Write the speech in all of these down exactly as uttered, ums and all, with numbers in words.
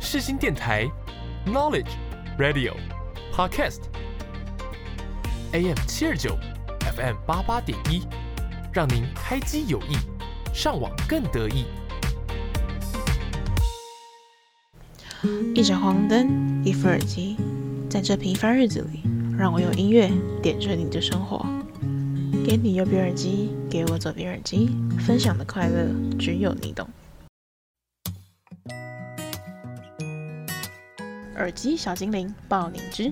世新电台 Knowledge Radio Podcast A M 七二九 F M 八八点一，让您开机有益，上网更得意。 一盏黄灯，一副耳机，在这平凡日子里，让我用音乐点缀你的生活。给你右边耳机，给我左边耳机，分享的快乐只有你懂。耳机小精灵爆你知，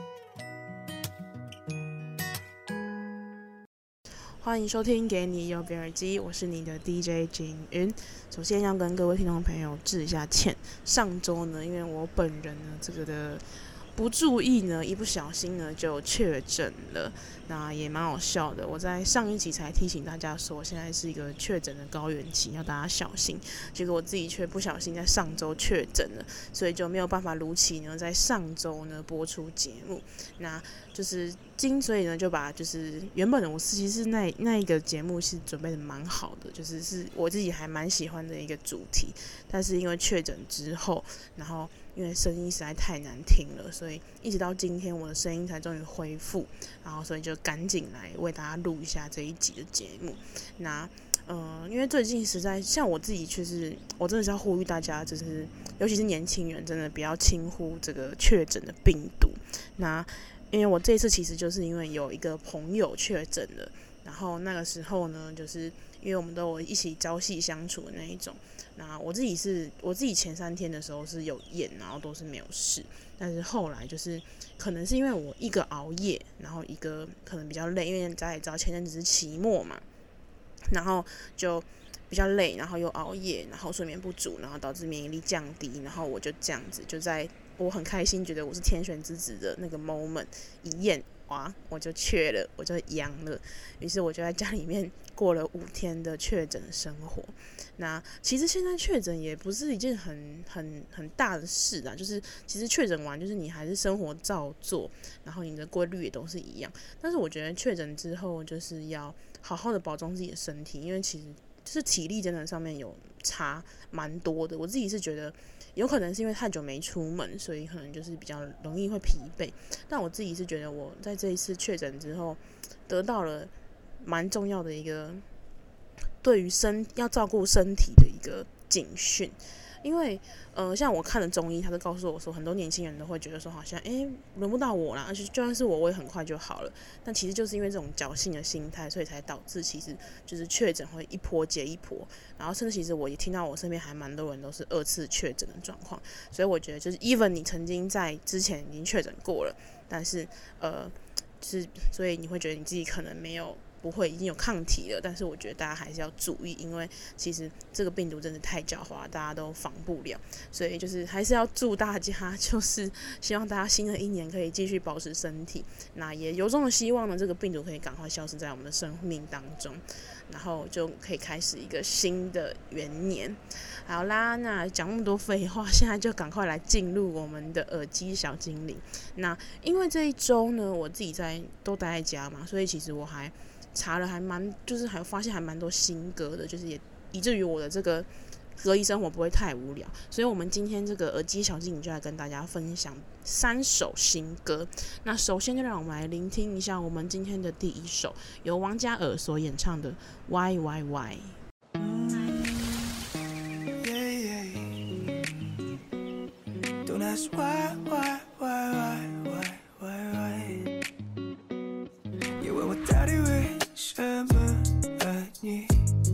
欢迎收听给你右边耳机，我是你的 D J 景云。首先要跟各位听众朋友致一下歉，上周呢，因为我本人呢这个的不注意呢，一不小心呢就确诊了，那也蛮好笑的。我在上一集才提醒大家说，现在是一个确诊的高原期，要大家小心。结果我自己却不小心在上周确诊了，所以就没有办法如期呢在上周呢播出节目。那就是今所以呢就把就是原本的我其实那那一个节目是准备的蛮好的，就是是我自己还蛮喜欢的一个主题，但是因为确诊之后，然后因为声音实在太难听了，所以一直到今天我的声音才终于恢复，然后所以就赶紧来为大家录一下这一集的节目。那呃，因为最近实在像我自己，确实我真的是要呼吁大家，就是尤其是年轻人，真的不要轻忽这个确诊的病毒。那因为我这一次其实就是因为有一个朋友确诊了，然后那个时候呢，就是因为我们都有一起朝夕相处的那一种。那我自己是我自己前三天的时候是有验，然后都是没有事，但是后来就是可能是因为我一个熬夜，然后一个可能比较累，因为大家也知道前阵子是期末嘛，然后就比较累，然后又熬夜，然后睡眠不足，然后导致免疫力降低，然后我就这样子就在我很开心觉得我是天选之子的那个 moment 一验，哇，我就确了，我就阳了，于是我就在家里面过了五天的确诊生活。那其实现在确诊也不是一件很很很大的事啦，就是其实确诊完，就是你还是生活照做，然后你的规律也都是一样。但是我觉得确诊之后，就是要好好的保重自己的身体，因为其实就是体力真的上面有差蛮多的。我自己是觉得有可能是因为太久没出门，所以可能就是比较容易会疲惫。但我自己是觉得我在这一次确诊之后，得到了蛮重要的一个对于身要照顾身体的一个警讯。因为呃，像我看了中医，他就告诉我说，很多年轻人都会觉得说，好像哎轮不到我啦，而且就算是我，我也很快就好了。但其实就是因为这种侥幸的心态，所以才导致其实就是确诊会一波接一波。然后甚至其实我也听到我身边还蛮多人都是二次确诊的状况，所以我觉得就是 even 你曾经在之前已经确诊过了，但是呃，就是所以你会觉得你自己可能没有。不会已经有抗体了，但是我觉得大家还是要注意，因为其实这个病毒真的太狡猾，大家都防不了，所以就是还是要祝大家，就是希望大家新的一年可以继续保持身体，那也由衷的希望呢，这个病毒可以赶快消失在我们的生命当中，然后就可以开始一个新的元年。好啦，那讲那么多废话，现在就赶快来进入我们的耳机小精灵。那因为这一周呢，我自己在都待在家嘛，所以其实我还查了还蛮，就是还发现还蛮多新歌的，就是也以至于我的这个隔离生活不会太无聊，所以我们今天这个耳机小精灵就来跟大家分享三首新歌。那首先就让我们来聆听一下我们今天的第一首，由王嘉尔所演唱的 Why Why Why。Don't ask why why why why why why why。你问我到底为什么爱你？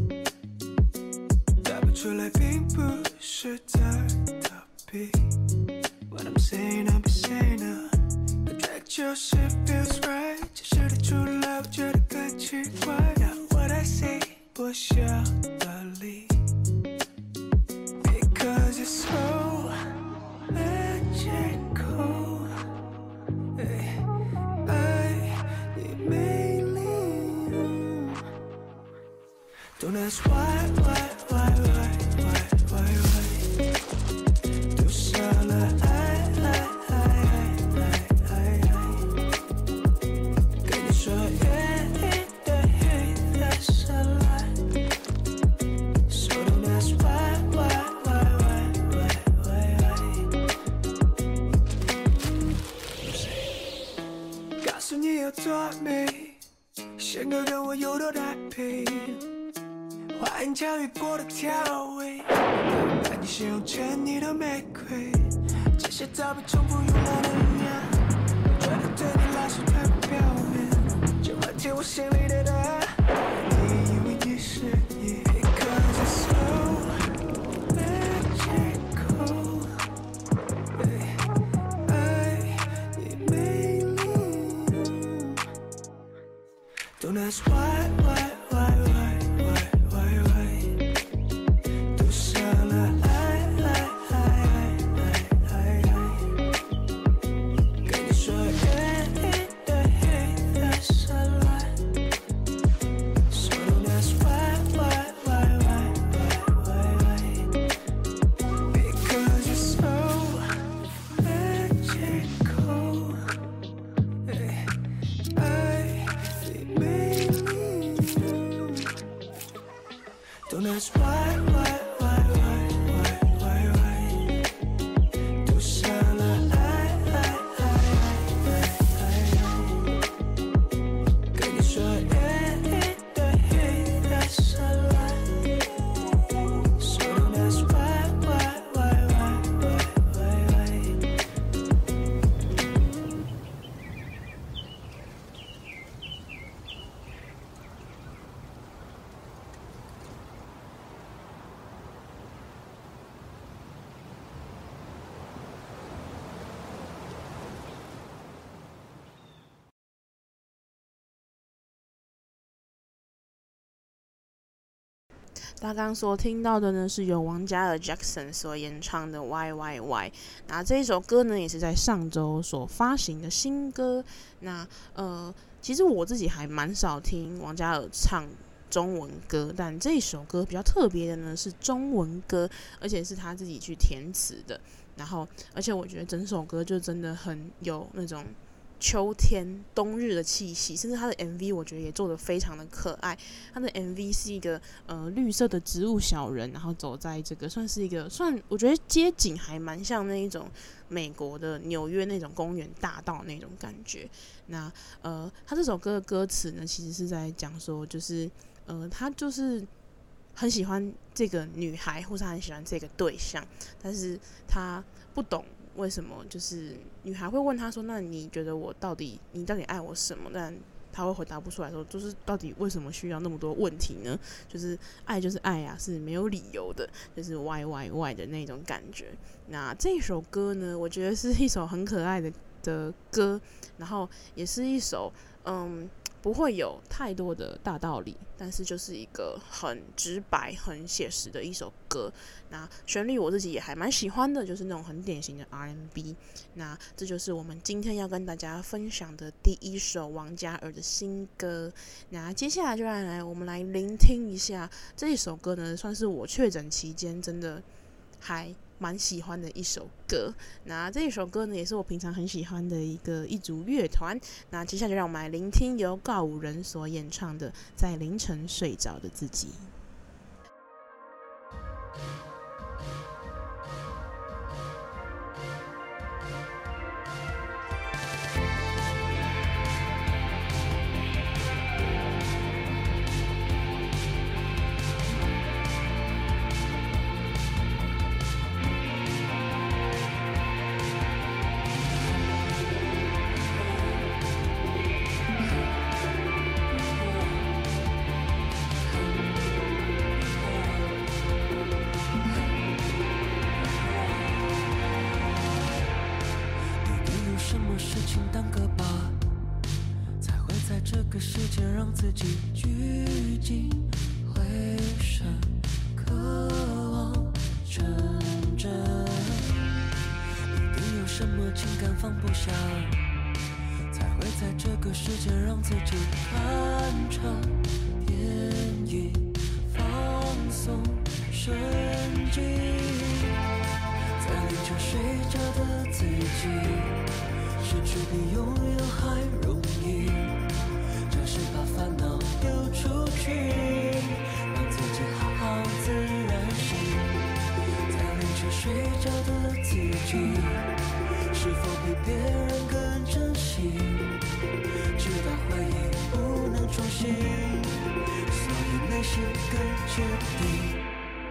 答不出来，并不是在逃避。What I'm saying, I'm saying now. The track 就是 feels right， 解释得出来，我觉得更奇怪。Now what I say， 我晓道理。Because it's so magical， 爱你美丽。Don't ask why why why why why why why。丢下了爱爱爱爱爱爱，跟你说愿意的愿意下来。So don't ask why why why why why why why。 做美，像个跟我有多搭配，花言巧语过的调味，把你形容成你的玫瑰，这些早被重复用来的语言，我觉得对你来说太不表面，就换进我心里的答案，你以为你是你 ，Because it's so magical， 爱你美丽 ，Don't ask why why why why why why why， 都傻了爱爱爱爱爱爱，跟你说 yeah yeah yeah that's a lie，So don't ask why why why why why why why，Because it's so magical， 爱你美丽 ，Don't ask why why why why why why， 都傻了爱爱爱爱爱，跟你说 yeah yeah that's a lie，So don't ask why why why why why why。 大家刚刚所听到的呢，是由王嘉尔 Jackson 所演唱的 Y Y Y。那这一首歌呢，也是在上周所发行的新歌。那呃，其实我自己还蛮少听王嘉尔唱中文歌，但这一首歌比较特别的呢是中文歌，而且是他自己去填词的。然后，而且我觉得整首歌就真的很有那种秋天冬日的气息，甚至他的 M V 我觉得也做得非常的可爱。他的 M V 是一个呃绿色的植物小人，然后走在这个算是一个算我觉得街景还蛮像那一种美国的纽约那种公园大道那种感觉。那呃他这首歌的歌词呢，其实是在讲说就是呃他就是很喜欢这个女孩，或是他很喜欢这个对象，但是他不懂为什么就是女孩会问他说，那你觉得我到底你到底爱我什么？但他会回答不出来说，就是到底为什么需要那么多问题呢？就是爱就是爱啊，是没有理由的，就是 why why why 的那种感觉。那这首歌呢，我觉得是一首很可爱的的歌，然后也是一首嗯不会有太多的大道理，但是就是一个很直白很写实的一首歌。那旋律我自己也还蛮喜欢的，就是那种很典型的 R and B。 那这就是我们今天要跟大家分享的第一首王嘉尔的新歌。那接下来就让来我们来聆听一下这一首歌呢，算是我确诊期间真的还蛮喜欢的一首歌。那这一首歌呢，也是我平常很喜欢的一个一组乐团。那接下来就让我们来聆听由告五人所演唱的《在凌晨睡着的自己》。 让自己聚精会神，渴望成真。一定有什么情感放不下，才会在这个世界让自己看成电影，放松神经。在凌晨睡着的自己，失去比拥有还容易。是把烦恼丢出去，让自己好好自然醒。在凌晨睡着的自己，是否比别人更珍惜？直到回忆不能重新，所以内心更坚定。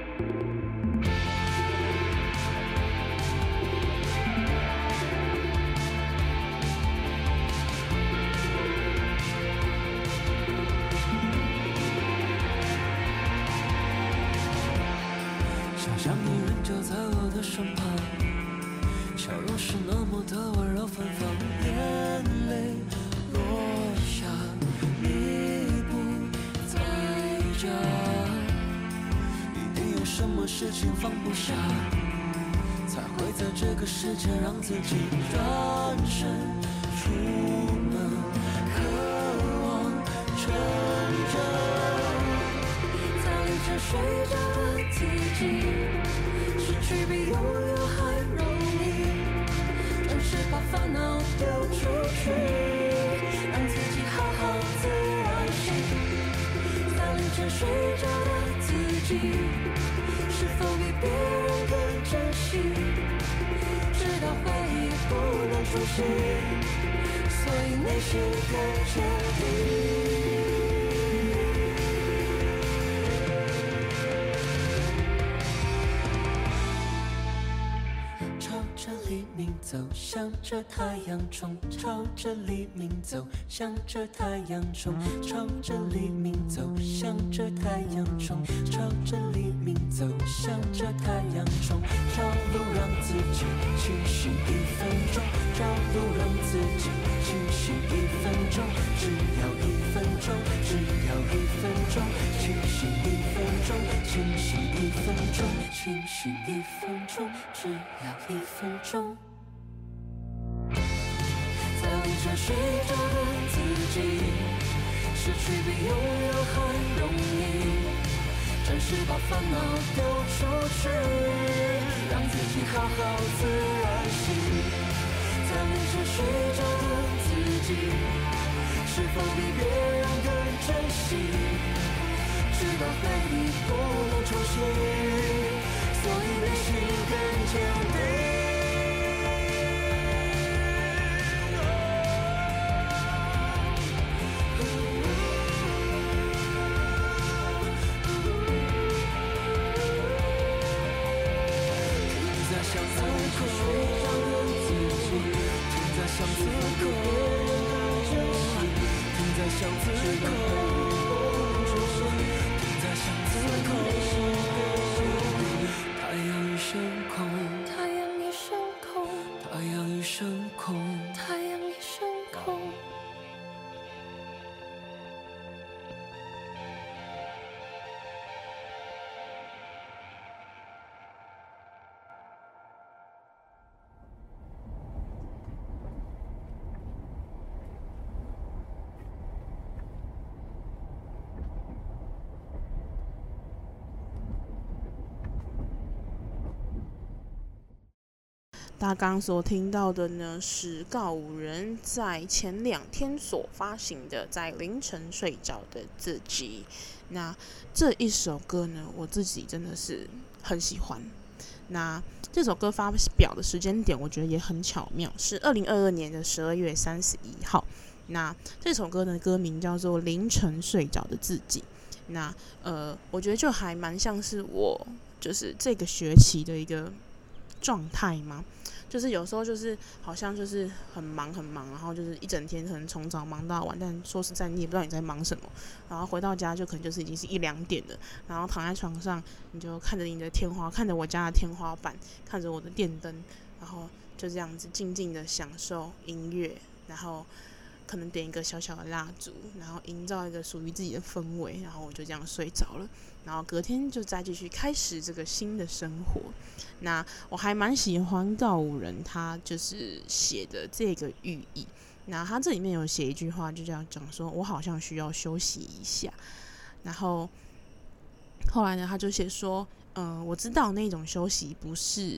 想象你仍旧在我的身旁，笑容是那么的温柔芬芳，眼泪落下，你不在家，一定有什么事情放不下，才会在这个时间让自己转身出门，渴望成真，在凌晨睡着的自己，失去比拥有还容易，暂时把烦恼丢出去，让自己好好自然醒。在凌晨睡着的自己，是否比别人更珍惜？直到回忆不能重新，所以内心更坚定。黎明走，向着太阳冲，朝着黎明走，向着太阳冲，朝着黎明走，向着太阳冲，朝着黎明走，向着太阳冲，找路让自己清醒一分钟，找路让自己清醒一分钟，只要一分钟，只要一分钟，清醒一分钟，清醒一分钟，清醒一分钟，只要一分钟。在凌晨睡着的自己，失去比拥有还容易，暂时把烦恼丢出去，让自己好好自然醒。在凌晨睡着的自己，是否比别人更珍惜？直到回忆不能重新，所以内心更坚定。巷子口，停在巷子口，停在巷子口，太阳已升空，太阳已升空，太阳已升空，太阳已升空。 大家刚刚所听到的呢，是告五人在前两天所发行的《在凌晨睡着的自己》。那这一首歌呢，我自己真的是很喜欢。那这首歌发表的时间点，我觉得也很巧妙，是二零二二年的十二月三十一号。那这首歌的歌名叫做《凌晨睡着的自己》。那呃，我觉得就还蛮像是我就是这个学期的一个状态嘛。就是有时候就是好像就是很忙很忙，然后就是一整天可能从早忙到晚，但说实在你也不知道你在忙什么，然后回到家就可能就是已经是一两点了，然后躺在床上你就看着你的天花，看着我家的天花板，看着我的电灯，然后就这样子静静的享受音乐，然后可能点一个小小的蜡烛，然后营造一个属于自己的氛围，然后我就这样睡着了，然后隔天就再继续开始这个新的生活。那我还蛮喜欢告五人他就是写的这个寓意，那他这里面有写一句话，就这样讲说我好像需要休息一下，然后后来呢他就写说嗯、呃，我知道那种休息不是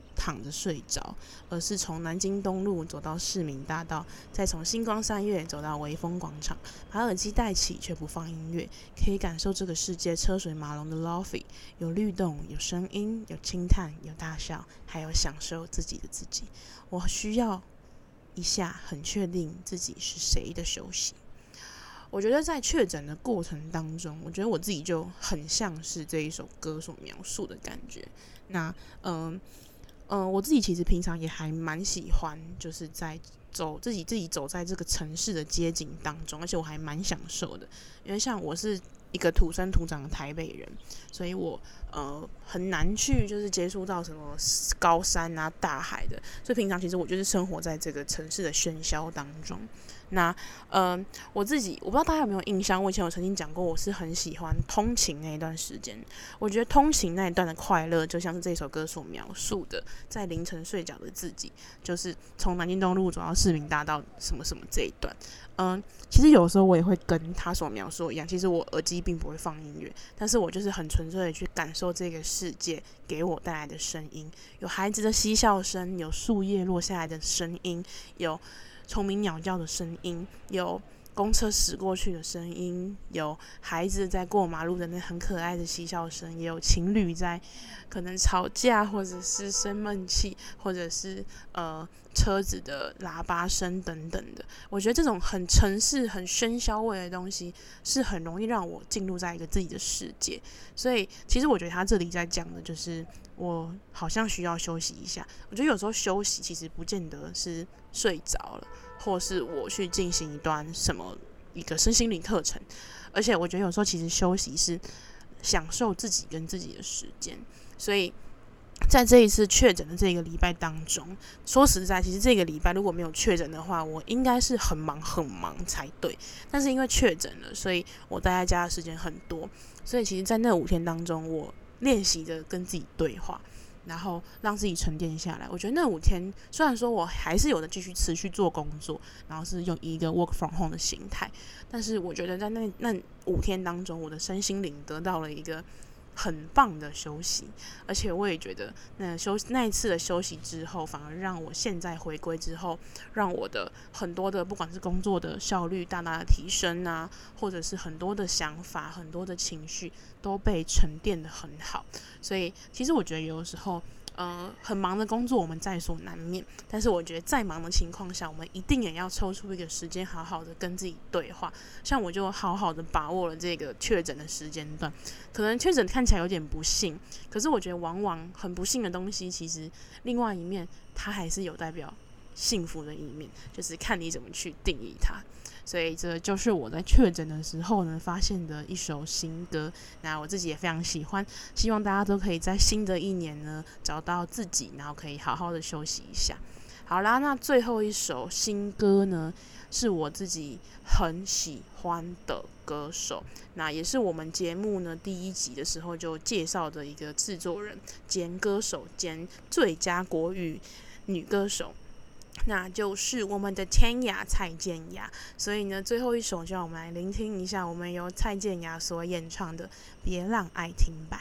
躺着睡着，而是从南京东路走到市民大道，再从星光三月走到微风广场，把耳机戴起却不放音乐，可以感受这个世界车水马龙的 lofi， 有律动，有声音，有轻叹，有大笑，还有享受自己的自己。我需要一下很确定自己是谁的休息。我觉得在确诊的过程当中，我觉得我自己就很像是这一首歌所描述的感觉。那嗯嗯、呃呃，我自己其实平常也还蛮喜欢，就是在走自己自己走在这个城市的街景当中，而且我还蛮享受的。因为像我是一个土生土长的台北人，所以我呃很难去就是接触到什么高山啊、大海的，所以平常其实我就是生活在这个城市的喧嚣当中。那呃，我自己我不知道大家有没有印象，我以前有曾经讲过，我是很喜欢通勤那一段时间。我觉得通勤那一段的快乐，就像是这首歌所描述的，在凌晨睡觉的自己，就是从南京东路走到市民大道什么什么这一段。嗯、呃，其实有时候我也会跟他所描述一样，其实我耳机并不会放音乐，但是我就是很纯粹的去感受这个世界给我带来的声音，有孩子的嬉笑声，有树叶落下来的声音，有虫鸣鸟叫的声音，有公车驶过去的声音，有孩子在过马路的那很可爱的嬉笑声，也有情侣在可能吵架，或者是生闷气，或者是呃车子的喇叭声等等的。我觉得这种很城市、很喧嚣味的东西，是很容易让我进入在一个自己的世界。所以，其实我觉得他这里在讲的就是，我好像需要休息一下。我觉得有时候休息其实不见得是睡着了，或是我去进行一段什么一个身心灵课程，而且我觉得有时候其实休息是享受自己跟自己的时间。所以在这一次确诊的这个礼拜当中，说实在，其实这个礼拜如果没有确诊的话，我应该是很忙很忙才对。但是因为确诊了，所以我待在家的时间很多，所以其实在那五天当中，我练习着跟自己对话，然后让自己沉淀下来。我觉得那五天虽然说我还是有的继续持续做工作，然后是用一个 work from home 的形态，但是我觉得在那那五天当中，我的身心灵得到了一个很棒的休息，而且我也觉得那休那一次的休息之后，反而让我现在回归之后，让我的很多的不管是工作的效率大大的提升啊，或者是很多的想法、很多的情绪都被沉淀得很好。所以其实我觉得有的时候呃，很忙的工作我们在所难免，但是我觉得在忙的情况下，我们一定也要抽出一个时间，好好的跟自己对话。像我就好好的把握了这个确诊的时间段，可能确诊看起来有点不幸，可是我觉得往往很不幸的东西，其实另外一面它还是有代表幸福的一面，就是看你怎么去定义它。所以这就是我在确诊的时候呢发现的一首新歌，那我自己也非常喜欢，希望大家都可以在新的一年呢找到自己，然后可以好好的休息一下。好啦，那最后一首新歌呢是我自己很喜欢的歌手，那也是我们节目呢第一集的时候就介绍的一个制作人兼歌手兼最佳国语女歌手，那就是我们的天涯蔡健雅。所以呢，最后一首就让我们来聆听一下我们由蔡健雅所演唱的《别让爱停摆》。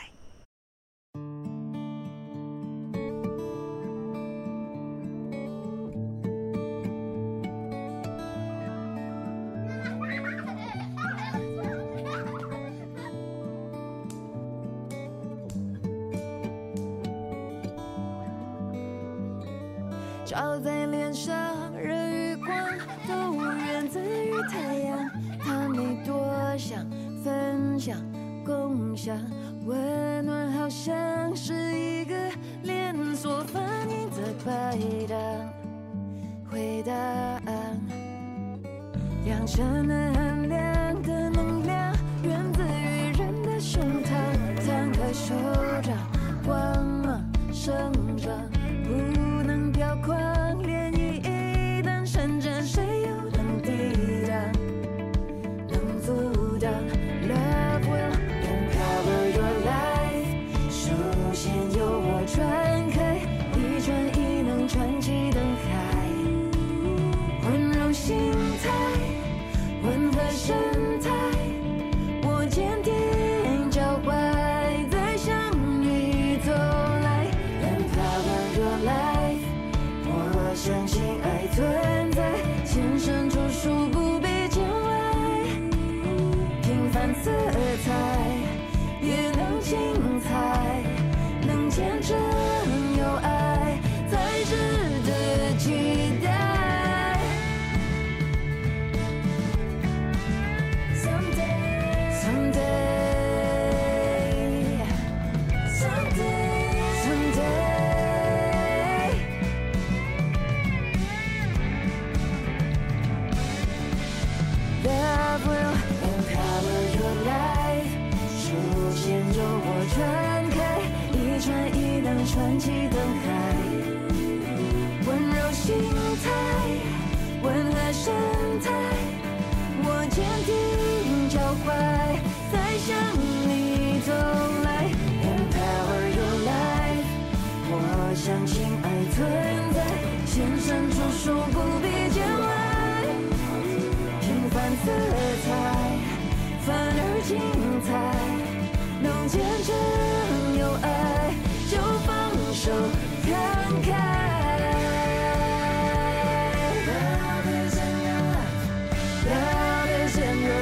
照在脸上，热与光都源自于太阳。它没多想分享共享，温暖好像是一个连锁反应的摆荡。回答案，良辰的寒凉的能量源自于人的胸膛。摊开手掌，光芒生长。不能飘狂，涟漪一旦生成，谁又能抵挡？能阻挡 ？Love will uncover your life， 视线由我传开，一传一能传奇灯海，温柔心态，温和相信爱存在，前生出数不必见外，平凡色彩也能精彩，能见证有爱才值得期待。传奇灯海，温柔心态，温和神态，我坚定脚踝，再向你走来。Empower your life， 我相信爱存在，先生出手不必见外，平凡色彩，反而精彩，能见证有爱。就放手看开。Love is in your life, love is in your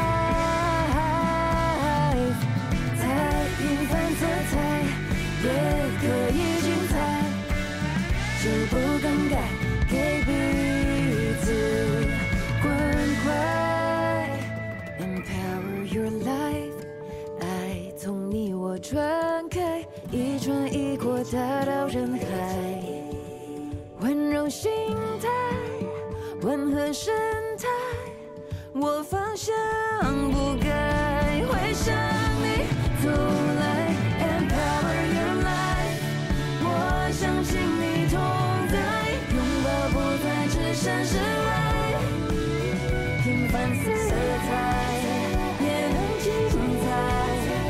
life。再平凡色彩也可以精彩，就不更改，给彼此关怀。Empower your life， 爱从你我传开。一传一扩大到人海，温柔心态，温和神态，我方向不改，会向你走来。Empower your life， 我相信你同在，拥抱不再置身事外，平凡色彩也能精彩。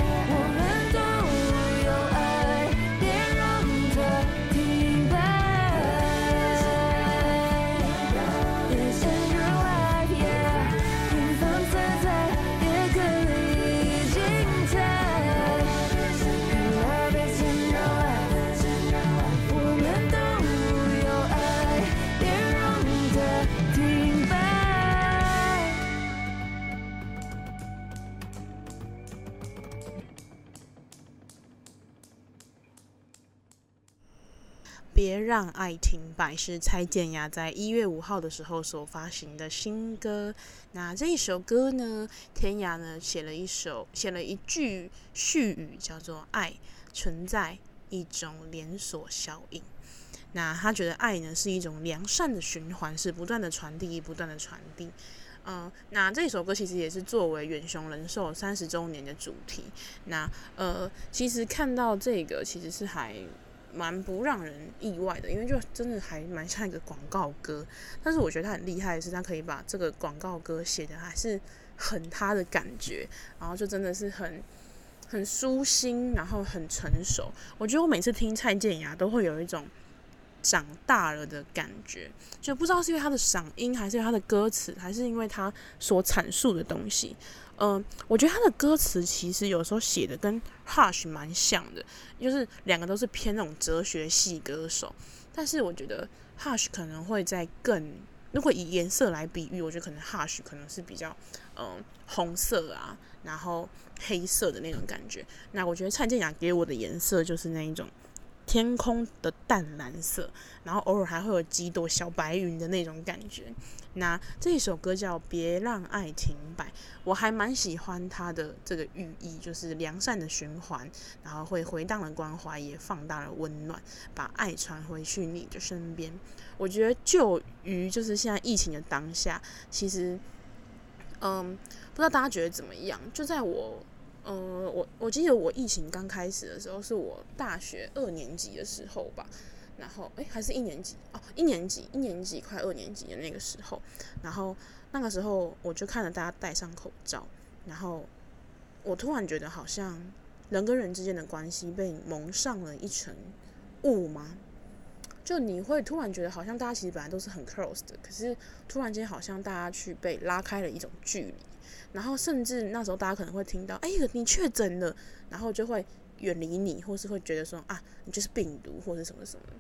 别让爱停摆是蔡健雅在一月五号的时候所发行的新歌。那这一首歌呢，天涯呢写了一首写了一句序语，叫做“爱存在一种连锁效应”。那他觉得爱呢是一种良善的循环，是不断的传递，不断的传递。呃，那这首歌其实也是作为远雄人寿三十周年的主题。那呃，其实看到这个其实是还蛮不让人意外的，因为就真的还蛮像一个广告歌。但是我觉得他很厉害的是，他可以把这个广告歌写的还是很他的感觉，然后就真的是很很舒心，然后很成熟。我觉得我每次听蔡健雅都会有一种长大了的感觉，就不知道是因为他的嗓音，还是因为他的歌词，还是因为他所阐述的东西。嗯、呃，我觉得他的歌词其实有时候写的跟 Hush 蛮像的，就是两个都是偏那种哲学系歌手。但是我觉得 Hush 可能会在更，如果以颜色来比喻，我觉得可能 Hush 可能是比较嗯、呃、红色啊，然后黑色的那种感觉。那我觉得蔡健雅给我的颜色就是那一种天空的淡蓝色，然后偶尔还会有几朵小白云的那种感觉。那这一首歌叫《别让爱停摆》，我还蛮喜欢它的这个寓意，就是良善的循环，然后会回荡的关怀，也放大了温暖，把爱传回去你的身边。我觉得就于就是现在疫情的当下，其实，嗯，不知道大家觉得怎么样？就在我。呃，我我记得我疫情刚开始的时候，是我大学二年级的时候吧，然后哎还是一年级哦，一年级一年级快二年级的那个时候，然后那个时候我就看着大家戴上口罩，然后我突然觉得好像人跟人之间的关系被蒙上了一层雾吗？就你会突然觉得好像大家其实本来都是很 close 的，可是突然间好像大家去被拉开了一种距离。然后甚至那时候大家可能会听到，哎、欸，你确诊了，然后就会远离你，或是会觉得说啊，你就是病毒或是什么什么。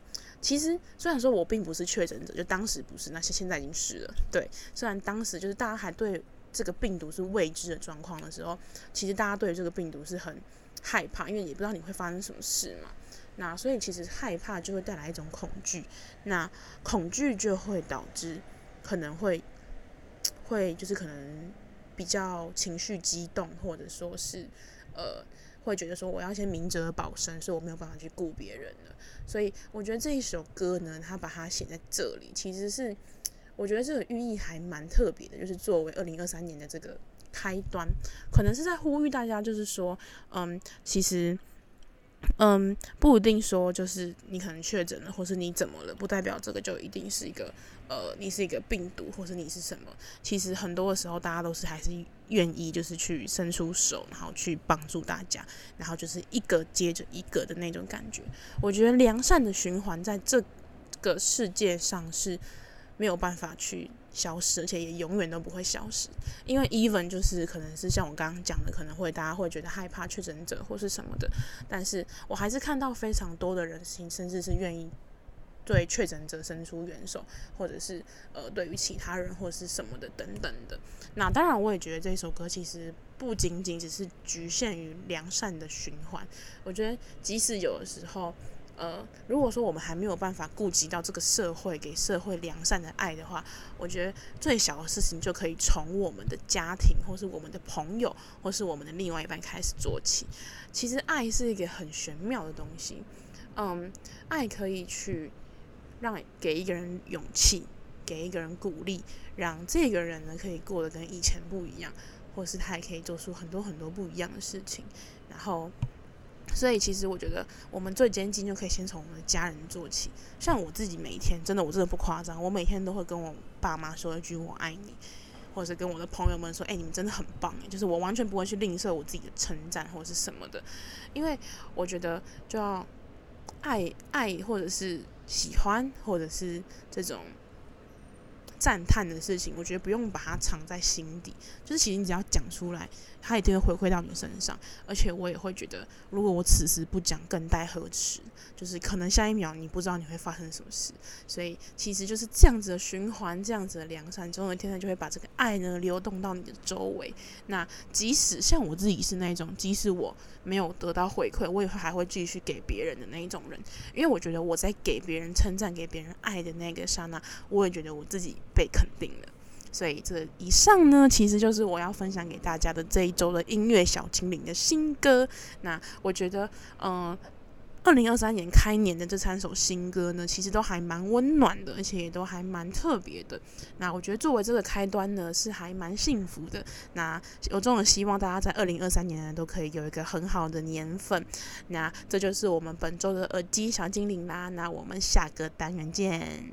其实虽然说我并不是确诊者，就当时不是，那现在已经是了。对，虽然当时就是大家还对这个病毒是未知的状况的时候，其实大家对这个病毒是很害怕，因为也不知道你会发生什么事嘛。那所以其实害怕就会带来一种恐惧，那恐惧就会导致可能会会就是可能比较情绪激动，或者说是呃会觉得说我要先明哲保身，所以我没有办法去顾别人了。所以我觉得这一首歌呢，他把它写在这里，其实是我觉得这个寓意还蛮特别的，就是作为二零二三年的这个开端，可能是在呼吁大家，就是说，嗯，其实。嗯，不一定说就是你可能确诊了，或是你怎么了，不代表这个就一定是一个呃，你是一个病毒，或是你是什么。其实很多的时候，大家都是还是愿意就是去伸出手，然后去帮助大家，然后就是一个接着一个的那种感觉。我觉得良善的循环在这个世界上是没有办法去消失，而且也永远都不会消失。因为 even 就是可能是像我刚刚讲的，可能会大家会觉得害怕确诊者或是什么的，但是我还是看到非常多的人甚至是愿意对确诊者伸出援手，或者是呃对于其他人或是什么的等等的。那当然我也觉得这首歌其实不仅仅只是局限于良善的循环，我觉得即使有的时候呃，如果说我们还没有办法顾及到这个社会给社会良善的爱的话，我觉得最小的事情就可以从我们的家庭，或是我们的朋友，或是我们的另外一半开始做起。其实爱是一个很玄妙的东西，嗯，爱可以去让给一个人勇气，给一个人鼓励，让这个人呢可以过得跟以前不一样，或是他也可以做出很多很多不一样的事情，然后。所以其实我觉得我们最接近就可以先从我们的家人做起。像我自己每一天，真的我真的不夸张，我每天都会跟我爸妈说一句我爱你，或者是跟我的朋友们说，哎、欸，你们真的很棒哎，就是我完全不会去吝啬我自己的称赞或者是什么的，因为我觉得就要爱爱或者是喜欢或者是这种赞叹的事情，我觉得不用把它藏在心底，就是其实你只要讲出来，它一定会回馈到你身上。而且我也会觉得，如果我此时不讲，更待何时？就是可能下一秒你不知道你会发生什么事。所以其实就是这样子的循环，这样子的良善，总有一天它就会把这个爱呢流动到你的周围。那即使像我自己是那种，即使我没有得到回馈，我也还会继续给别人的那一种人，因为我觉得我在给别人称赞、给别人爱的那个刹那，我也觉得我自己被肯定了。所以这以上呢，其实就是我要分享给大家的这一周的音乐小精灵的新歌。那我觉得，嗯、呃，二零二三年开年的这三首新歌呢，其实都还蛮温暖的，而且也都还蛮特别的。那我觉得作为这个开端呢，是还蛮幸福的。那有这种希望，大家在二零二三年呢都可以有一个很好的年份。那这就是我们本周的耳机小精灵啦。那我们下个单元见。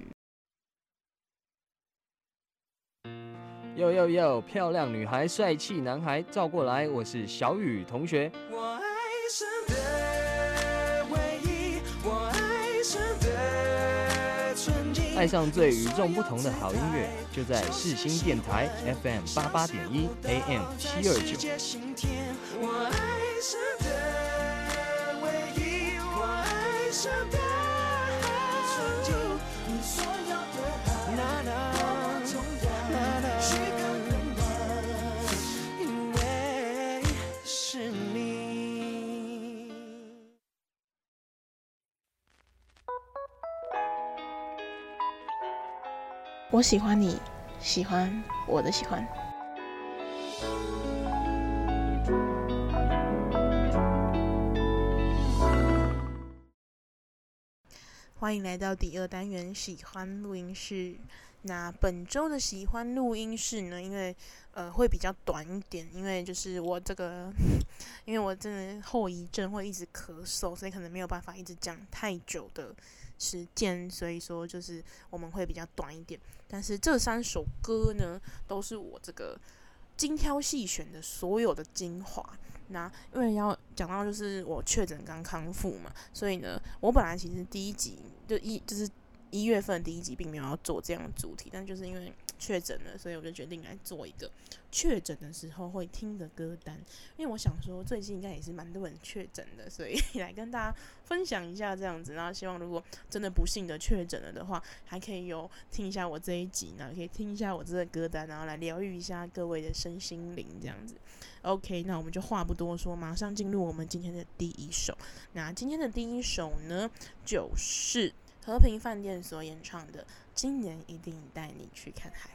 呦呦呦，漂亮女孩，帅气男孩，照过来，我是小雨同学。 我爱上的唯一，我爱上的纯净， 爱上最与众不同的好音乐，就在世新电台 F M 八八点一 A M 七二九。 我爱上的唯一，我爱上的纯净，你所有的那那。 我喜欢你，喜欢我的喜欢。欢迎来到第二单元喜欢录音室。那本周的喜欢录音室呢，因为呃会比较短一点，因为就是我这个，因为我真的后遗症会一直咳嗽，所以可能没有办法一直讲太久的时间，所以说就是我们会比较短一点。但是这三首歌呢，都是我这个精挑细选的所有的精华。那因为要讲到就是我确诊刚康复嘛，所以呢，我本来其实第一集就一就是一月份第一集并没有要做这样的主题，但就是因为确诊了，所以我就决定来做一个确诊的时候会听的歌单。因为我想说最近应该也是蛮多人确诊的，所以来跟大家分享一下这样子。然后希望如果真的不幸的确诊了的话，还可以有听一下我这一集，然后可以听一下我这个歌单，然后来疗愈一下各位的身心灵这样子。OK， 那我们就话不多说，马上进入我们今天的第一首。那今天的第一首呢，就是和平饭店所演唱的《今年一定带你去看海》。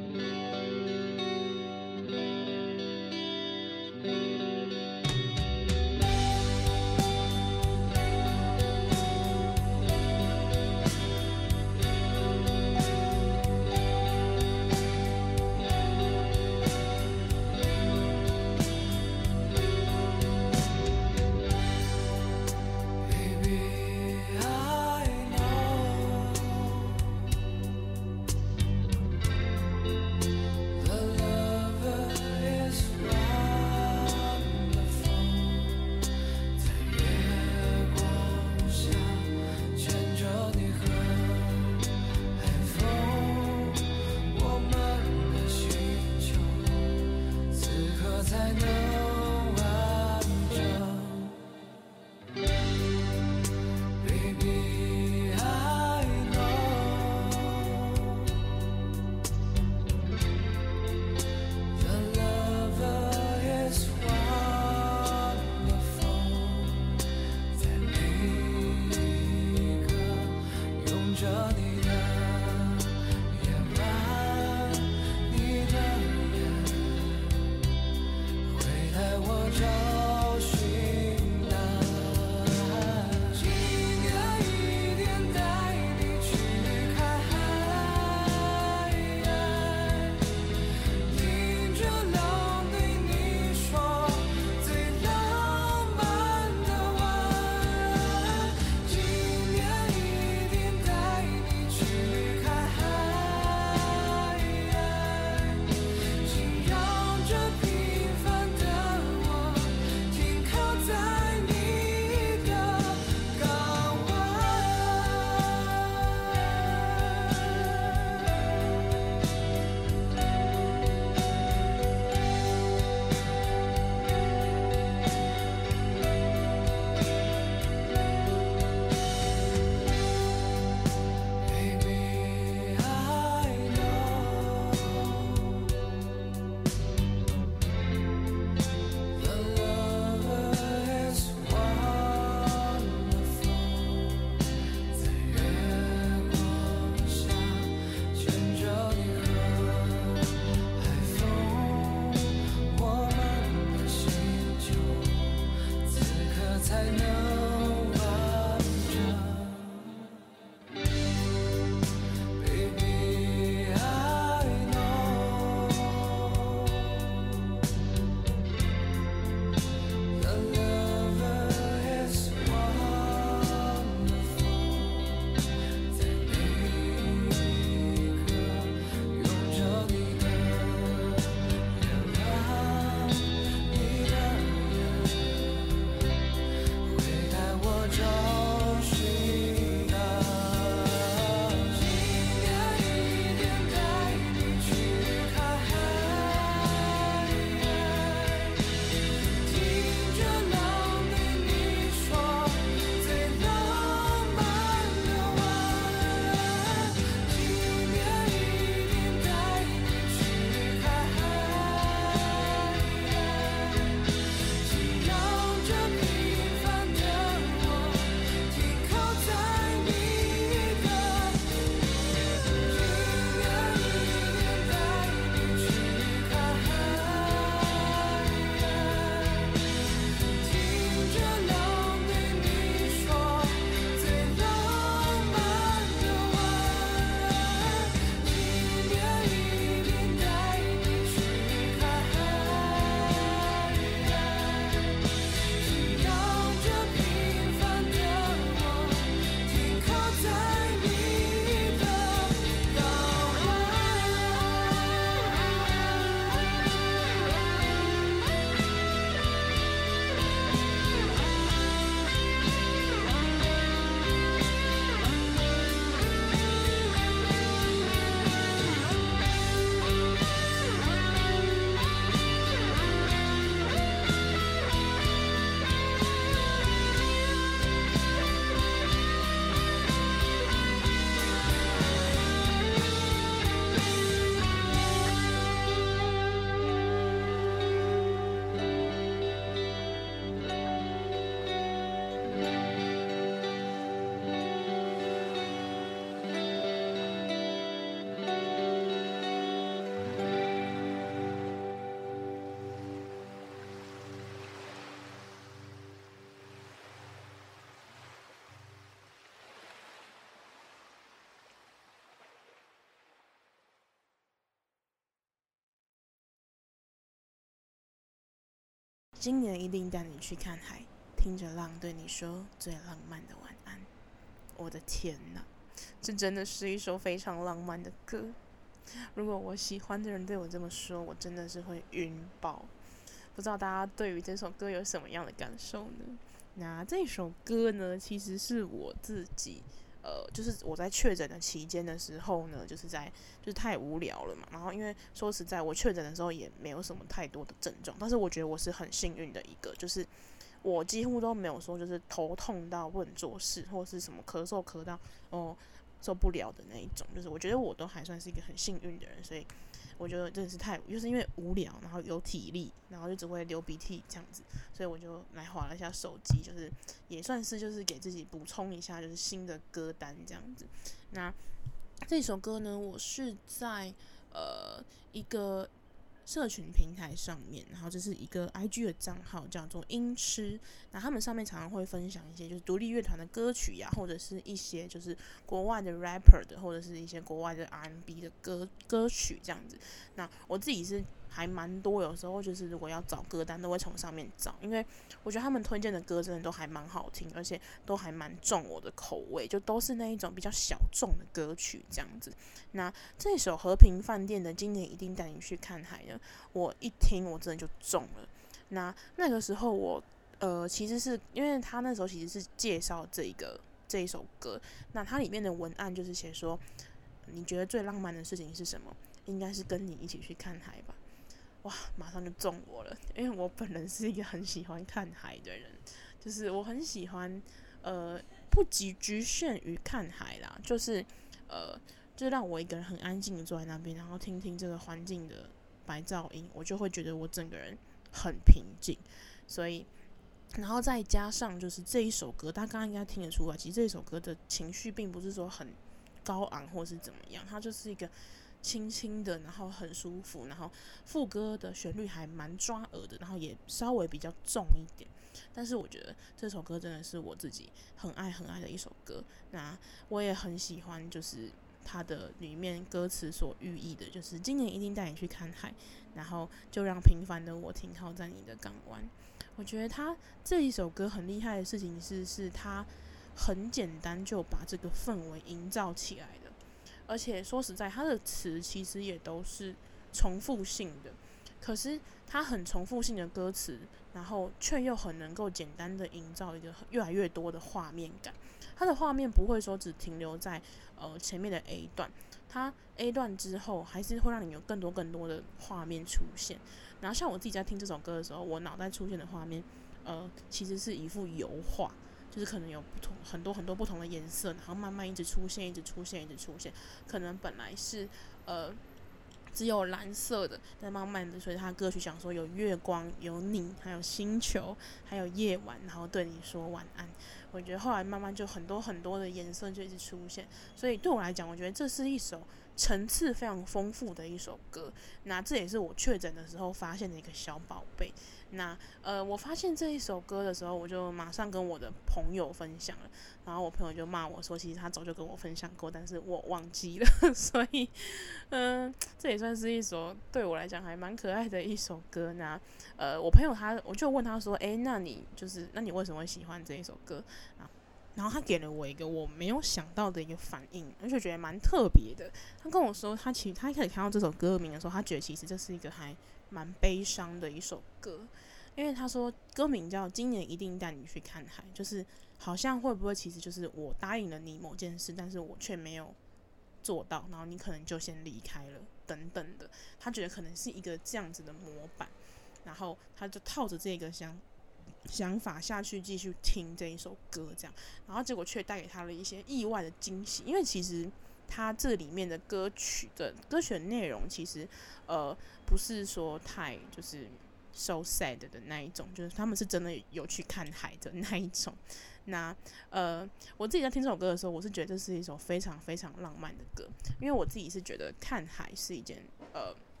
今年一定带你去看海，听着浪对你说最浪漫的晚安。我的天哪，这真的是一首非常浪漫的歌。如果我喜欢的人对我这么说，我真的是会晕爆。不知道大家对于这首歌有什么样的感受呢？那这首歌呢，其实是我自己，呃，就是我在确诊的期间的时候呢，就是在就是太无聊了嘛。然后因为说实在，我确诊的时候也没有什么太多的症状，但是我觉得我是很幸运的一个，就是我几乎都没有说就是头痛到不能做事，或是什么咳嗽咳到哦受不了的那一种。就是我觉得我都还算是一个很幸运的人，所以我觉得真的是太，就是因为无聊，然后有体力，然后就只会流鼻涕这样子，所以我就来滑了一下手机，就是也算是就是给自己补充一下就是新的歌单这样子。那这首歌呢，我是在呃一个社群平台上面，然后这是一个 I G 的账号叫做音痴，那他们上面常常会分享一些就是独立乐团的歌曲呀、啊，或者是一些就是国外的 rapper 的，或者是一些国外的 R and B 的歌歌曲这样子。那我自己是还蛮多，有时候就是如果要找歌单，都会从上面找，因为我觉得他们推荐的歌真的都还蛮好听，而且都还蛮重我的口味，就都是那一种比较小众的歌曲这样子。那这首和平饭店的今年一定带你去看海呢，我一听我真的就中了。那那个时候我呃其实是因为他那时候其实是介绍这一个这一首歌，那它里面的文案就是写说，你觉得最浪漫的事情是什么？应该是跟你一起去看海吧。哇，马上就中我了，因为我本人是一个很喜欢看海的人，就是我很喜欢，呃，不局局限于看海啦，就是呃，就让我一个人很安静的坐在那边，然后听听这个环境的白噪音，我就会觉得我整个人很平静，所以，然后再加上就是这一首歌，大家刚刚应该听得出来，其实这一首歌的情绪并不是说很高昂或是怎么样，它就是一个轻轻的，然后很舒服，然后副歌的旋律还蛮抓耳的，然后也稍微比较重一点。但是我觉得这首歌真的是我自己很爱很爱的一首歌。那我也很喜欢，就是它的里面歌词所寓意的，就是今年一定带你去看海，然后就让平凡的我停靠在你的港湾。我觉得他这一首歌很厉害的事情是，是他很简单就把这个氛围营造起来的。而且说实在，他的词其实也都是重复性的，可是他很重复性的歌词，然后却又很能够简单的营造一个越来越多的画面感。他的画面不会说只停留在呃前面的 A 段，他 A 段之后还是会让你有更多更多的画面出现。然后像我自己在听这首歌的时候，我脑袋出现的画面，呃，其实是一幅油画。就是可能有不同很多很多不同的颜色，然后慢慢一直出现，一直出现，一直出现。可能本来是呃只有蓝色的，但慢慢的，所以他歌曲讲说有月光、有你，还有星球，还有夜晚，然后对你说晚安。我觉得后来慢慢就很多很多的颜色就一直出现，所以对我来讲，我觉得这是一首层次非常丰富的一首歌。那这也是我确诊的时候发现的一个小宝贝。那呃，我发现这一首歌的时候，我就马上跟我的朋友分享了，然后我朋友就骂我说，其实他早就跟我分享过，但是我忘记了，所以，嗯、呃，这也算是一首对我来讲还蛮可爱的一首歌。那呃，我朋友他，我就问他说，哎，那你就是，那你为什么会喜欢这一首歌啊？然后他给了我一个我没有想到的一个反应，而且觉得蛮特别的。他跟我说，他其实他一开始看到这首歌名的时候，他觉得其实这是一个还蛮悲伤的一首歌，因为他说歌名叫今年一定带你去看海，就是好像会不会其实就是我答应了你某件事，但是我却没有做到，然后你可能就先离开了等等的。他觉得可能是一个这样子的模板，然后他就套着这个想想法下去继续听这一首歌，这样，然后结果却带给他了一些意外的惊喜，因为其实他这里面的歌曲的歌曲的内容其实呃不是说太就是 so sad 的那一种，就是他们是真的有去看海的那一种。那呃我自己在听这首歌的时候，我是觉得这是一首非常非常浪漫的歌，因为我自己是觉得看海是一件呃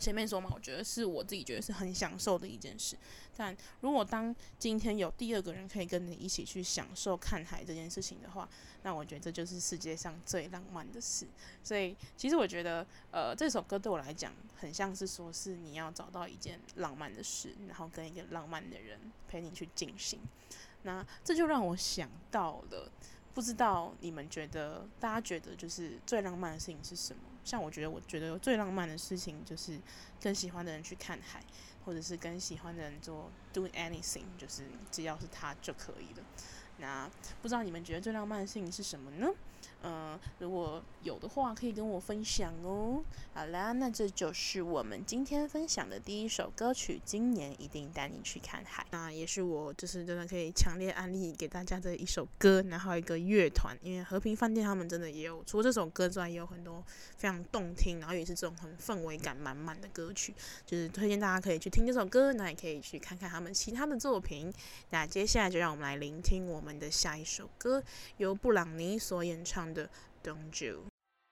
前面说嘛，我觉得是我自己觉得是很享受的一件事。但如果当今天有第二个人可以跟你一起去享受看海这件事情的话，那我觉得这就是世界上最浪漫的事。所以其实我觉得，呃，这首歌对我来讲，很像是说是你要找到一件浪漫的事，然后跟一个浪漫的人陪你去进行。那这就让我想到了，不知道你们觉得，大家觉得就是最浪漫的事情是什么？像我觉得，我觉得最浪漫的事情就是跟喜欢的人去看海，或者是跟喜欢的人做 do anything， 就是只要是他就可以了。那不知道你们觉得最浪漫的事情是什么呢？呃，如果有的话，可以跟我分享哦。好啦，那这就是我们今天分享的第一首歌曲，今年一定带你去看海。那也是我就是真的可以强烈安利给大家的一首歌，然后一个乐团，因为和平饭店他们真的也有除了这首歌之外，也有很多非常动听，然后也是这种很氛围感满满的歌曲，就是推荐大家可以去听这首歌，那也可以去看看他们其他的作品。那接下来就让我们来聆听我们的下一首歌，由布朗尼所演唱的 Don't You。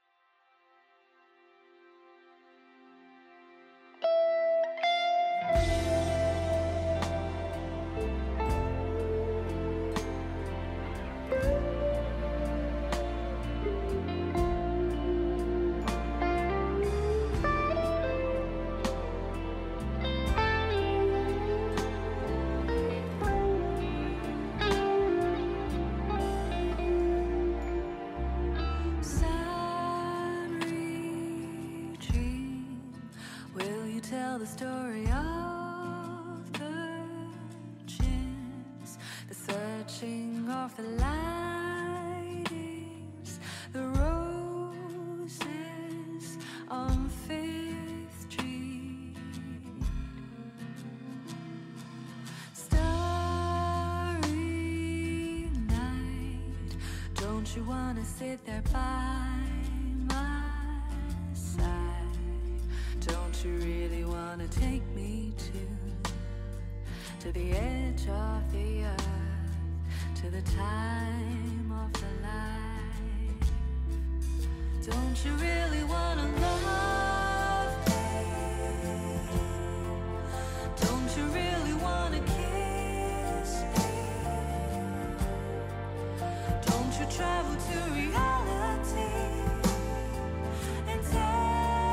Tell the story of the chins, the searching of the lightings, the roses on Fifth Street. Starry night, don't you wanna sit there by my side? Don't you really wanna take me to to the edge of the earth, to the time of the life? Don't you really wanna love me? Don't you really wanna kiss me? Don't you travel to reality and tell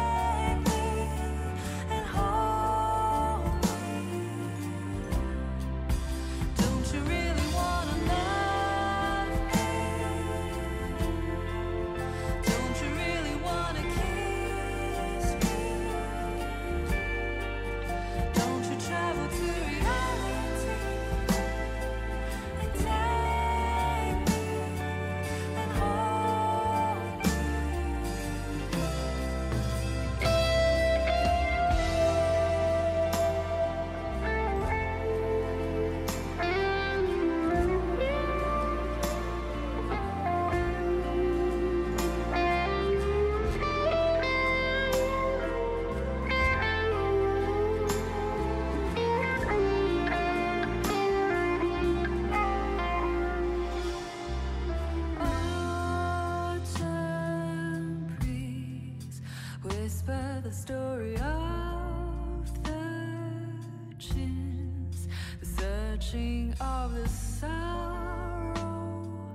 the story of the chins, the searching of the sorrow.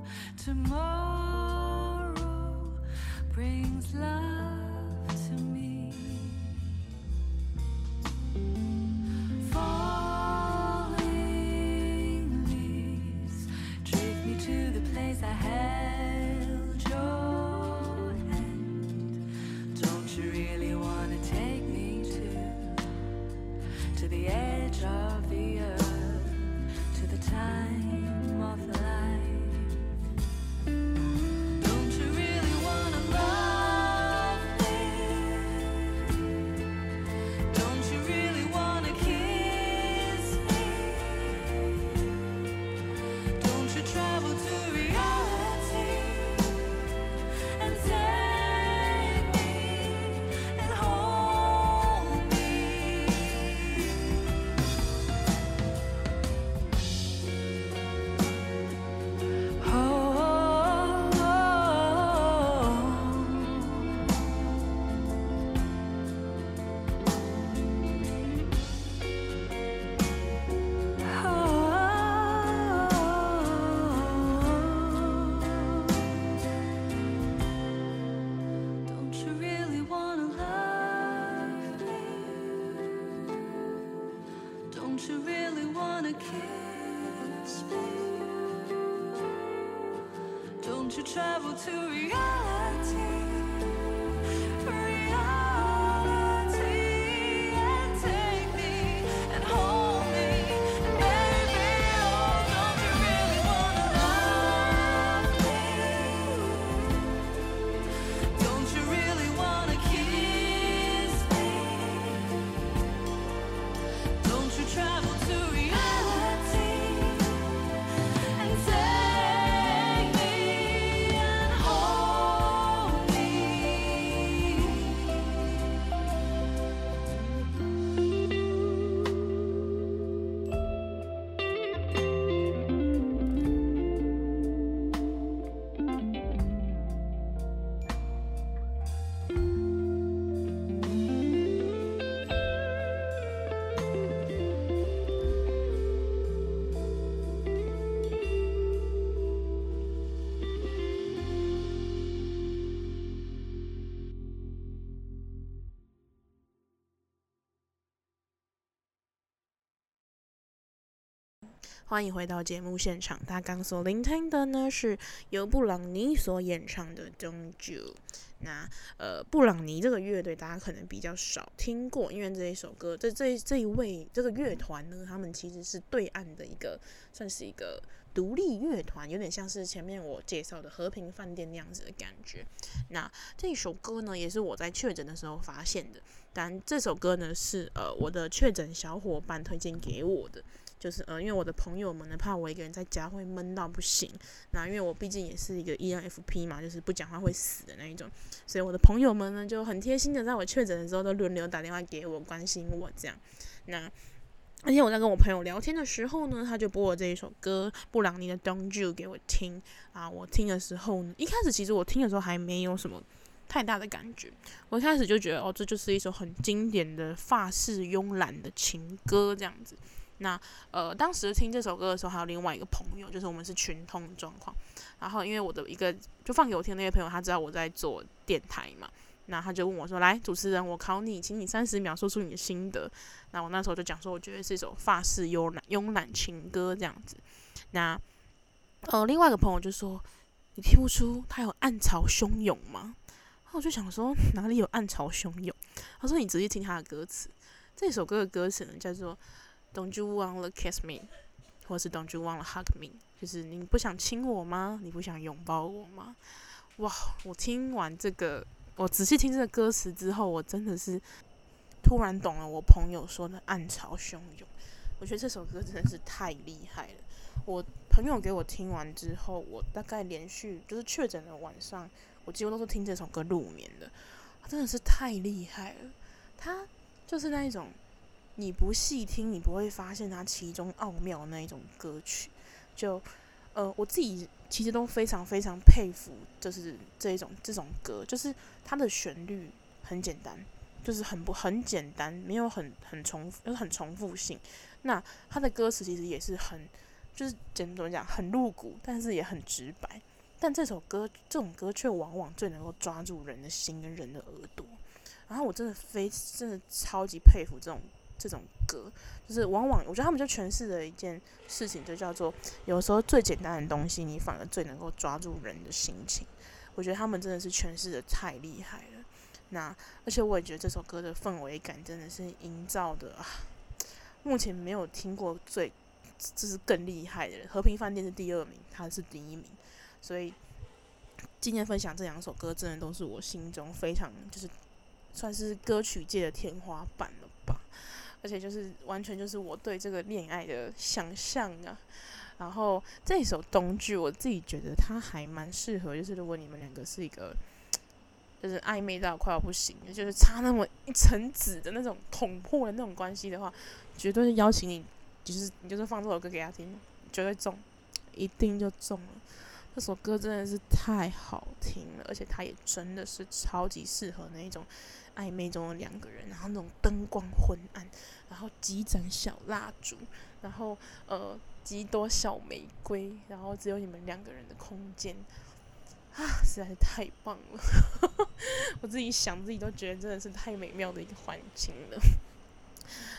Tomorrow brings love to me. Falling leaves drift me to the place I held your hand. Don't you really wanna take me to to the edge of the earth, to the time of life? Don't you really wanna love me? Don't you really wanna kiss me? Don't you travel to reality and take me and hold me? you really wanna kiss me? Don't you travel to reality? 欢迎回到节目现场，大家刚所聆听的呢是由布朗尼所演唱的 Don't You。 那呃，布朗尼这个乐队大家可能比较少听过，因为这一首歌，这这这一位这个乐团呢，他们其实是对岸的一个，算是一个独立乐团，有点像是前面我介绍的和平饭店那样子的感觉。那这一首歌呢，也是我在确诊的时候发现的，但这首歌呢是呃我的确诊小伙伴推荐给我的。就是呃，因为我的朋友们呢，怕我一个人在家会闷到不行。那因为我毕竟也是一个 E N F P 嘛，就是不讲话会死的那一种，所以我的朋友们呢就很贴心的，在我确诊的时候都轮流打电话给我，关心我这样。那而且我在跟我朋友聊天的时候呢，他就播了这一首歌，布朗尼的 Don't You 给我听啊。我听的时候呢，一开始其实我听的时候还没有什么太大的感觉，我一开始就觉得哦，这就是一首很经典的法式慵懒的情歌这样子。那呃，当时听这首歌的时候，还有另外一个朋友，就是我们是群通的状况。然后因为我的一个就放给我听的那个朋友，他知道我在做电台嘛，那他就问我说：“来，主持人，我考你，请你三十秒说出你的心得。”那我那时候就讲说，我觉得是一首法式慵懒慵懒情歌这样子。那呃，另外一个朋友就说：“你听不出他有暗潮汹涌吗？”然后我就想说，哪里有暗潮汹涌？他说：“你仔细听他的歌词，这首歌的歌词呢叫做。” Don't you wanna kiss me， 或是 Don't you wanna hug me， 就是你不想亲我吗？你不想拥抱我吗？哇！我听完这个，我仔细听这个歌词之后，我真的是突然懂了我朋友说的暗潮汹涌。我觉得这首歌真的是太厉害了。我朋友给我听完之后，我大概连续就是确诊的晚上，我几乎都是听这首歌入眠的。真的是太厉害了，他就是那一种。你不细听，你不会发现它其中奥妙的那一种歌曲。就呃，我自己其实都非常非常佩服，就是这一种这种歌，就是它的旋律很简单，就是很不很简单，没有很很重复，就是很重复性。那它的歌词其实也是很，就是怎么讲，很露骨，但是也很直白。但这首歌这种歌却往往最能够抓住人的心跟人的耳朵。然后我真的非真的超级佩服这种。这种歌就是往往，我觉得他们就诠释了一件事情，就叫做有时候最简单的东西，你反而最能够抓住人的心情。我觉得他们真的是诠释的太厉害了。那而且我也觉得这首歌的氛围感真的是营造的啊，目前没有听过最就是更厉害的人。和平饭店是第二名，他是第一名，所以今天分享这两首歌，真的都是我心中非常就是算是歌曲界的天花板了吧。而且就是完全就是我对这个恋爱的想象啊，然后这一首《Don't You》，我自己觉得它还蛮适合，就是如果你们两个是一个就是暧昧到快要不行，就是差那么一层纸的那种捅破的那种关系的话，绝对是邀请你，就是你就是放这首歌给他听，绝对中，一定就中了。这首歌真的是太好听了，而且它也真的是超级适合那一种暧昧中的两个人，然后那种灯光昏暗，然后几盏小蜡烛，然后呃几朵小玫瑰，然后只有你们两个人的空间啊，实在是太棒了！我自己想自己都觉得真的是太美妙的一个环境了。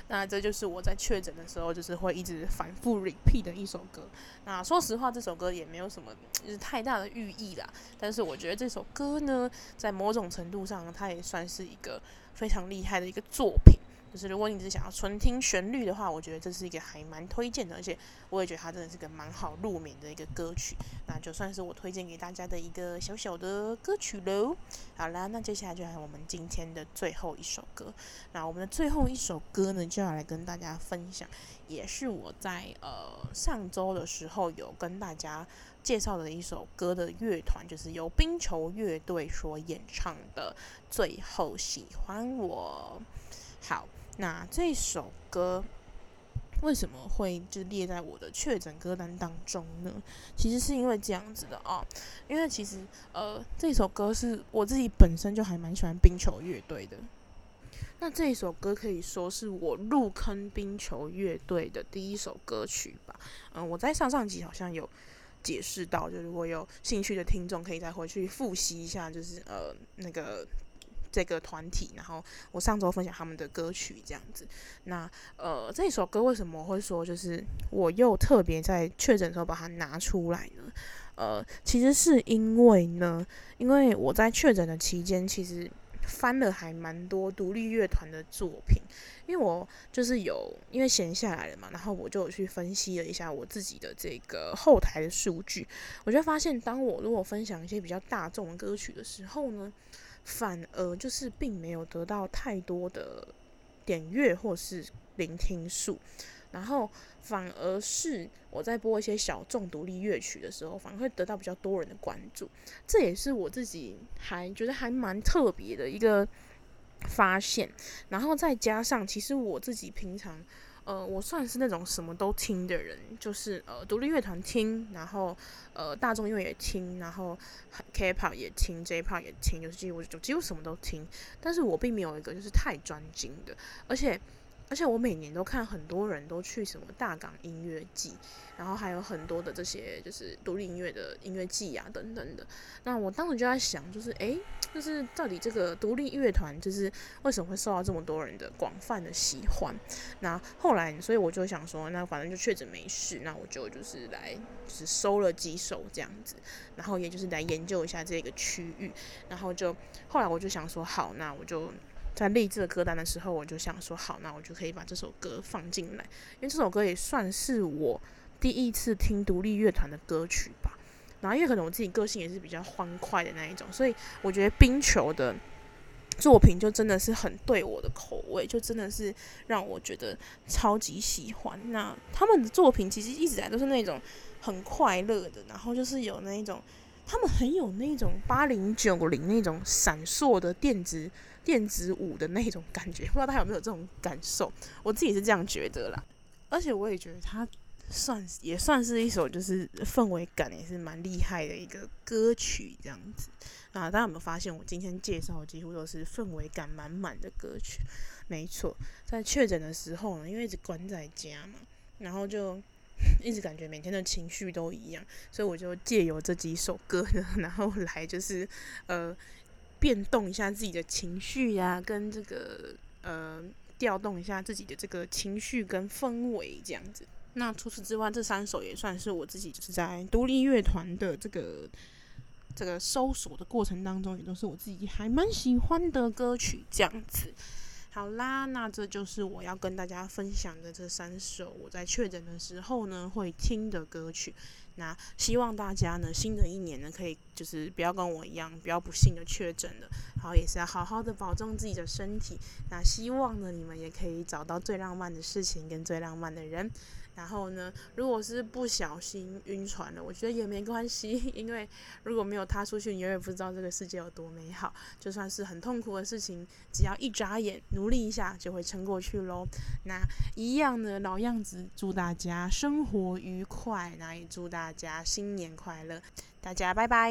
那这就是我在确诊的时候，就是会一直反复 repeat 的一首歌。那说实话，这首歌也没有什么就是太大的寓意啦。但是我觉得这首歌呢，在某种程度上，它也算是一个非常厉害的一个作品。就是如果你只想要纯听旋律的话，我觉得这是一个还蛮推荐的，而且我也觉得它真的是个蛮好入眠的一个歌曲，那就算是我推荐给大家的一个小小的歌曲喽。好啦，那接下来就来我们今天的最后一首歌。那我们的最后一首歌呢，就要来跟大家分享，也是我在呃上周的时候有跟大家介绍的一首歌的乐团，就是由冰球乐队所演唱的《最后喜欢我》。好。那这首歌为什么会就列在我的确诊歌单当中呢？其实是因为这样子的哦，因为其实呃这首歌是我自己本身就还蛮喜欢冰球乐队的。那这一首歌可以说是我入坑冰球乐队的第一首歌曲吧。嗯，我在上上集好像有解释到，就如果有兴趣的听众可以再回去复习一下，就是呃那个。这个团体，然后我上周分享他们的歌曲这样子。那呃，这首歌为什么我会说，就是我又特别在确诊的时候把它拿出来呢？呃，其实是因为呢，因为我在确诊的期间，其实翻了还蛮多独立乐团的作品，因为我就是有因为闲下来了嘛，然后我就有去分析了一下我自己的这个后台的数据，我就发现，当我如果分享一些比较大众的歌曲的时候呢，反而就是并没有得到太多的点阅或是聆听数，然后反而是我在播一些小众独立乐曲的时候，反而会得到比较多人的关注。这也是我自己还觉得还蛮特别的一个发现。然后再加上，其实我自己平常。呃，我算是那种什么都听的人，就是呃，独立乐团听，然后呃，大众音乐也听，然后 K-pop 也听 ，J-pop 也听，就是几乎就几乎什么都听。但是我并没有一个就是太专精的，而且而且我每年都看很多人都去什么大港音乐季，然后还有很多的这些就是独立音乐的音乐季啊等等的。那我当时就在想，就是诶，就是到底这个独立乐团就是为什么会受到这么多人的广泛的喜欢？那后来，所以我就想说，那反正就确诊没事，那我就就是来就是收了几首这样子，然后也就是来研究一下这个区域，然后就后来我就想说，好，那我就。在立这个歌单的时候，我就想说，好，那我就可以把这首歌放进来，因为这首歌也算是我第一次听独立乐团的歌曲吧。然后因为可能我自己个性也是比较欢快的那一种，所以我觉得冰球的作品就真的是很对我的口味，就真的是让我觉得超级喜欢。那他们的作品其实一直以来都是那种很快乐的，然后就是有那一种他们很有那种八零九零那种闪烁的电子电子舞的那种感觉，不知道大家有没有这种感受？我自己是这样觉得啦，而且我也觉得它算也算是一首就是氛围感也是蛮厉害的一个歌曲这样子。那大家有没有发现我今天介绍的几乎都是氛围感满满的歌曲？没错，在确诊的时候呢，因为一直关在家嘛，然后就一直感觉每天的情绪都一样，所以我就借由这几首歌呢，然后来就是呃变动一下自己的情绪呀、啊，跟这个呃调动一下自己的这个情绪跟氛围这样子。那除此之外，这三首也算是我自己就是在独立乐团的这个这个搜索的过程当中，也都是我自己还蛮喜欢的歌曲这样子。好啦，那这就是我要跟大家分享的这三首我在确诊的时候呢会听的歌曲。那希望大家呢新的一年呢可以就是不要跟我一样不要不幸的确诊了，然后也是要好好的保重自己的身体。那希望呢你们也可以找到最浪漫的事情跟最浪漫的人。然后呢，如果是不小心晕船了，我觉得也没关系，因为如果没有踏出去，你永远不知道这个世界有多美好。就算是很痛苦的事情，只要一眨眼，努力一下，就会撑过去咯。那一样的老样子，祝大家生活愉快，那也祝大家新年快乐，大家拜拜。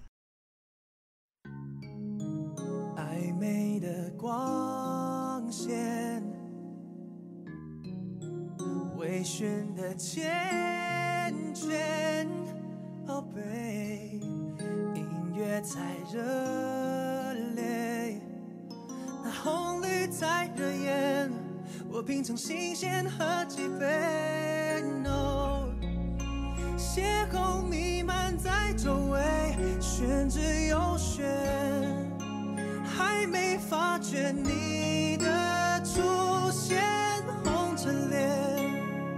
暧昧的光线，微醺的缱绻，哦贝，音乐在热烈，那红绿在惹眼，我品尝新鲜和几杯 No， 邂逅弥漫在周围，选之又选，还没发觉你的出现，红着脸，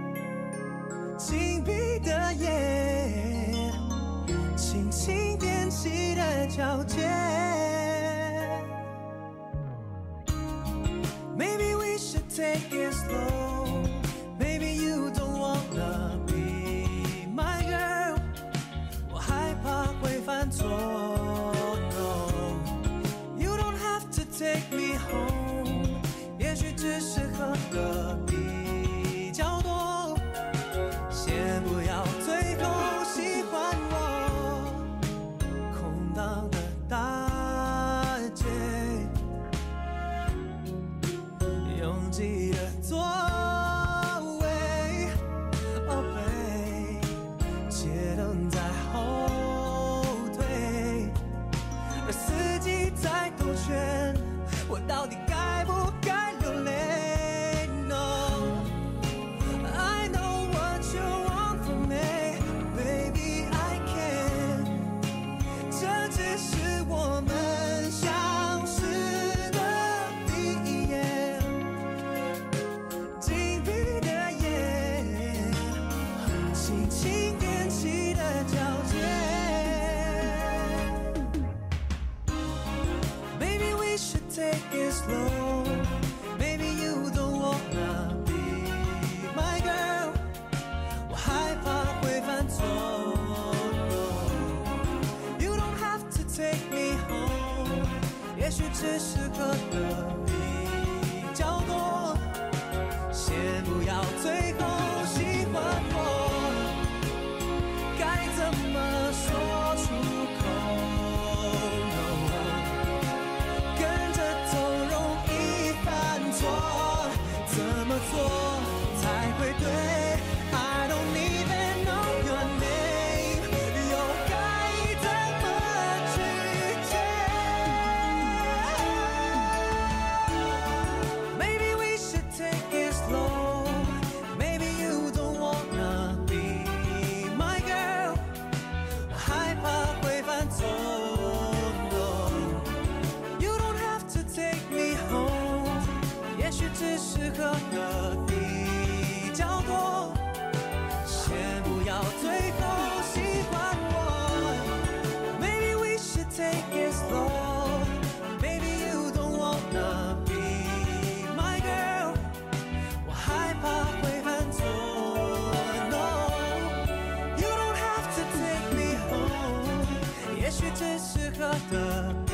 紧闭的眼，轻轻踮起的脚尖。Maybe we should take it slow. Maybe you don't wanna be my girl. 我害怕会犯错。No, you don't have to take me home. 也许只是喝的比较多。先不要最后喜欢我，空荡的大街。拥挤的座位 ，Oh babe， 街灯在后退，而司机在兜圈，我到底该不该流泪 ？No， I know what you want from me, baby I can， 这只是我们相识的第一眼。紧闭的眼，轻轻踮起的脚尖。Maybe we should take it slow. Maybe you don't wanna be my girl. 我害怕会犯错。You don't have to take me home. 也许只是喝的比较多。先不要最后喜欢我，该怎么说出口 no， 跟着走容易犯错，怎么做才会对 I don't even know your name， 又该怎么拒绝 Maybe we should take it slow. Maybe you don't wanna be my girl. 我害怕会犯错。No, you don't have to take me home. 也许只是喝的比较多。先不要最后喜欢我。Maybe we should take it slow. Maybe you don't wanna be my girl. 我害怕会犯错。No, you don't have to take me home. 也许只是喝的